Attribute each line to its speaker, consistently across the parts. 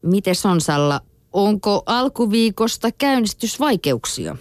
Speaker 1: Mites on, Salla? Onko alkuviikosta käynnistysvaikeuksia?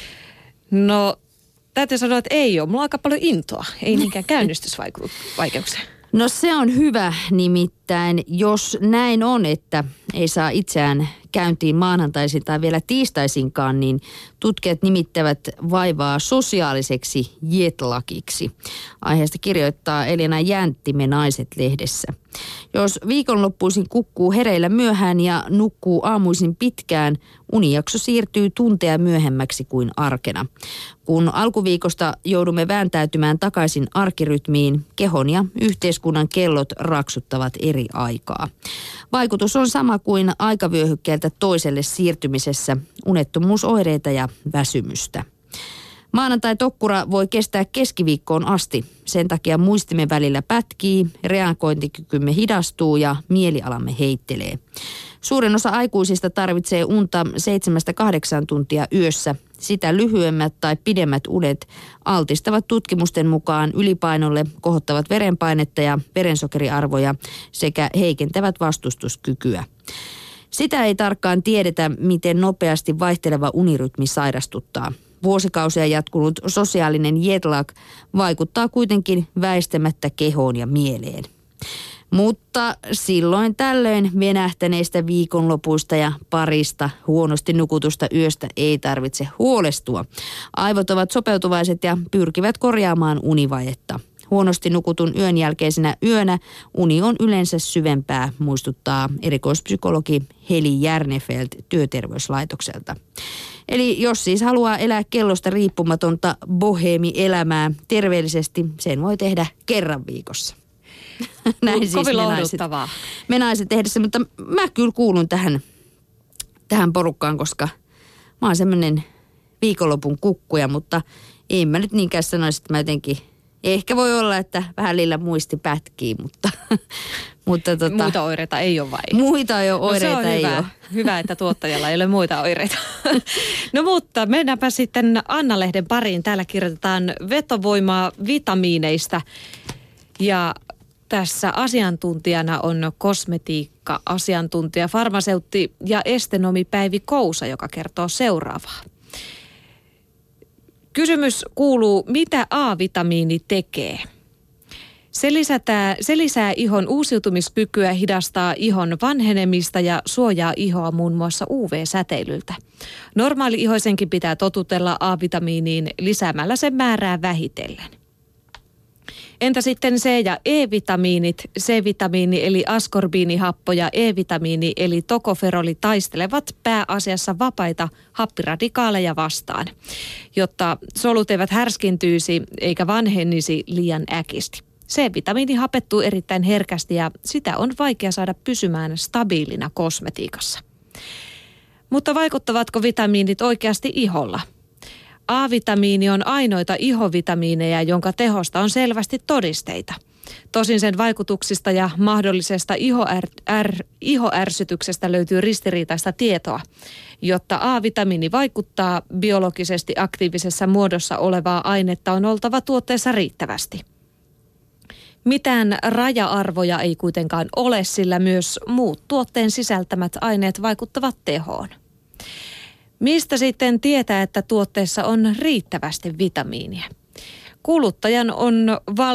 Speaker 2: No, täytyy sanoa, että ei ole. Mulla on aika paljon intoa, ei niinkään käynnistysvaikeuksia.
Speaker 1: No se on hyvä, nimittäin jos näin on, että ei saa itseään käyntiin maanantaisin tai vielä tiistaisinkaan, niin tutkijat nimittävät vaivaa sosiaaliseksi jetlagiksi. Aiheesta kirjoittaa Elina Jäntti Naiset-lehdessä. Jos viikonloppuisin kukkuu hereillä myöhään ja nukkuu aamuisin pitkään, unijakso siirtyy tunteja myöhemmäksi kuin arkena. Kun alkuviikosta joudumme vääntäytymään takaisin arkirytmiin, kehon ja yhteiskunnan kellot raksuttavat eri aikaa. Vaikutus on sama kuin aikavyöhykkeeltä toiselle siirtymisessä, unettomuusoireita ja väsymystä. Maanantai-tokkura voi kestää keskiviikkoon asti. Sen takia muistimme välillä pätkii, reagointikykymme hidastuu ja mielialamme heittelee. Suurin osa aikuisista tarvitsee unta 7-8 tuntia yössä. Sitä lyhyemmät tai pidemmät unet altistavat tutkimusten mukaan ylipainolle, kohottavat verenpainetta ja verensokeriarvoja sekä heikentävät vastustuskykyä. Sitä ei tarkkaan tiedetä, miten nopeasti vaihteleva unirytmi sairastuttaa. Vuosikausia jatkunut sosiaalinen jetlag vaikuttaa kuitenkin väistämättä kehoon ja mieleen. Mutta silloin tällöin venähtäneistä viikonlopuista ja parista huonosti nukutusta yöstä ei tarvitse huolestua. Aivot ovat sopeutuvaiset ja pyrkivät korjaamaan univajetta. Huonosti nukutun yön jälkeisenä yönä uni on yleensä syvempää, muistuttaa erikoispsykologi Heli Järnefelt Työterveyslaitokselta. Eli jos siis haluaa elää kellosta riippumatonta boheemi-elämää terveellisesti, sen voi tehdä kerran viikossa. Näin siis
Speaker 2: kovin lohduttavaa.
Speaker 1: Me naiset tehdessä, mutta mä kyllä kuulun tähän porukkaan, koska mä oon semmoinen viikonlopun kukkuja, mutta en mä nyt niinkään sanoisi, että mä jotenkin, ehkä voi olla, että vähän lillä muisti pätkii, mutta
Speaker 2: muita oireita ei ole vai?
Speaker 1: Muita oireita
Speaker 2: no se on
Speaker 1: ei
Speaker 2: hyvä.
Speaker 1: ole.
Speaker 2: Hyvä, että tuottajalla ei ole muita oireita. No mutta mennäänpä sitten Anna-lehden pariin. Täällä kirjoitetaan vetovoimaa vitamiineista ja tässä asiantuntijana on kosmetiikka-asiantuntija, farmaseutti ja estenomi Päivi Kousa, joka kertoo seuraavaa. Kysymys kuuluu, mitä A-vitamiini tekee? Se lisää ihon uusiutumiskykyä, hidastaa ihon vanhenemista ja suojaa ihoa muun muassa UV-säteilyltä. Normaali-ihoisenkin pitää totutella A-vitamiiniin lisäämällä sen määrää vähitellen. Entä sitten C- ja E-vitamiinit? C-vitamiini eli askorbiinihappo ja E-vitamiini eli tokoferoli taistelevat pääasiassa vapaita happiradikaaleja vastaan, jotta solut eivät härskintyisi eikä vanhenisi liian äkisti. C-vitamiini hapettuu erittäin herkästi ja sitä on vaikea saada pysymään stabiilina kosmetiikassa. Mutta vaikuttavatko vitamiinit oikeasti iholla? A-vitamiini on ainoita ihovitamiineja, jonka tehosta on selvästi todisteita. Tosin sen vaikutuksista ja mahdollisesta ihoärsytyksestä löytyy ristiriitaista tietoa. Jotta A-vitamiini vaikuttaa biologisesti aktiivisessa muodossa olevaa ainetta on oltava tuotteessa riittävästi. Mitään raja-arvoja ei kuitenkaan ole, sillä myös muut tuotteen sisältämät aineet vaikuttavat tehoon. Mistä sitten tietää, että tuotteessa on riittävästi vitamiinia? Kuluttaja on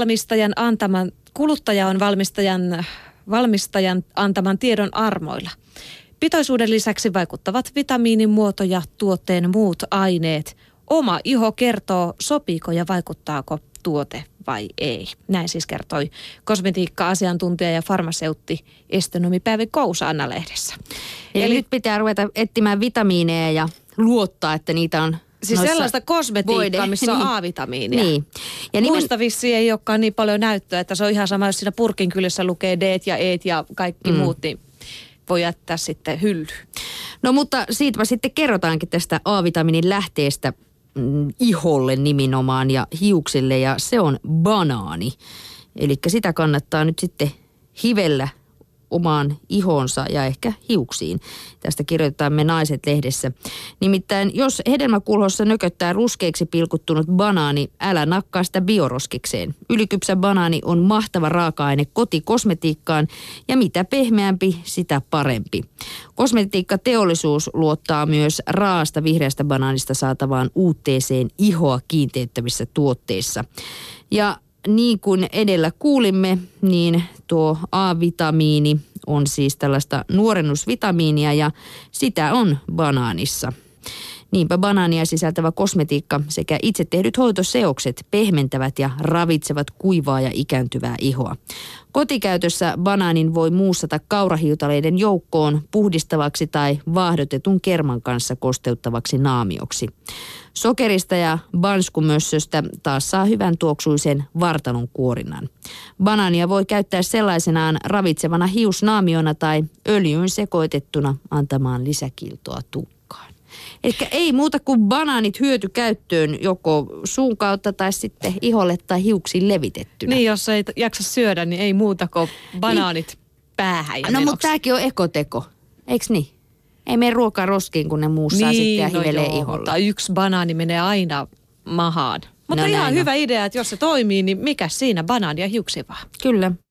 Speaker 2: valmistajan antaman tiedon armoilla. Pitoisuuden lisäksi vaikuttavat vitamiinin muoto ja tuotteen muut aineet. Oma iho kertoo, sopiiko ja vaikuttaako tuote vai ei. Näin siis kertoi kosmetiikka-asiantuntija ja farmaseutti estenomi Päivi Kousa Anna-lehdessä.
Speaker 1: Eli nyt pitää ruveta etsimään vitamiineja ja luottaa, että niitä on
Speaker 2: siis sellaista kosmetiikkaa, missä on A-vitamiinia.
Speaker 1: Niin.
Speaker 2: Ja muista vissiin ei olekaan niin paljon näyttöä, että se on ihan sama, jos siinä purkin kyljessä lukee D ja E ja kaikki muut, niin voi jättää sitten hyllyyn.
Speaker 1: No mutta siitäpä sitten kerrotaankin tästä A-vitamiinin lähteestä iholle nimenomaan ja hiuksille, ja se on banaani. Eli sitä kannattaa nyt sitten hivellä omaan ihonsa ja ehkä hiuksiin. Tästä kirjoitetaan Me Naiset-lehdessä. Nimittäin jos hedelmäkulhossa nököttää ruskeiksi pilkuttunut banaani, älä nakkaa sitä bioroskikseen. Ylikypsä banaani on mahtava raaka-aine kotikosmetiikkaan ja mitä pehmeämpi, sitä parempi. Kosmetiikkateollisuus luottaa myös raasta vihreästä banaanista saatavaan uutteeseen ihoa kiinteyttävissä tuotteissa. Ja niin kuin edellä kuulimme, niin tuo A-vitamiini on siis tällaista nuorennusvitamiinia ja sitä on banaanissa. Niinpä banaania sisältävä kosmetiikka sekä itse tehdyt hoitoseokset pehmentävät ja ravitsevat kuivaa ja ikääntyvää ihoa. Kotikäytössä banaanin voi muussata kaurahiutaleiden joukkoon puhdistavaksi tai vaahdotetun kerman kanssa kosteuttavaksi naamioksi. Sokerista ja banskumössöstä taas saa hyvän tuoksuisen vartalon kuorinnan. Banaania voi käyttää sellaisenaan ravitsevana hiusnaamiona tai öljyyn sekoitettuna antamaan lisäkiltoa tukkaan. Eli ei muuta kuin banaanit hyötykäyttöön joko suun kautta tai sitten iholle tai hiuksiin levitettynä.
Speaker 2: Niin, jos ei jaksa syödä, niin ei muuta kuin banaanit päähän ja
Speaker 1: no mutta tämäkin on ekoteko, eikö niin? Ei mene ruokaa roskiin, kun ne muussaa sitten ja hivelee iholla.
Speaker 2: Mutta yksi banaani menee aina mahaan. Mutta ihan hyvä idea, että jos se toimii, niin mikä siinä banaania hiuksi vaan.
Speaker 1: Kyllä.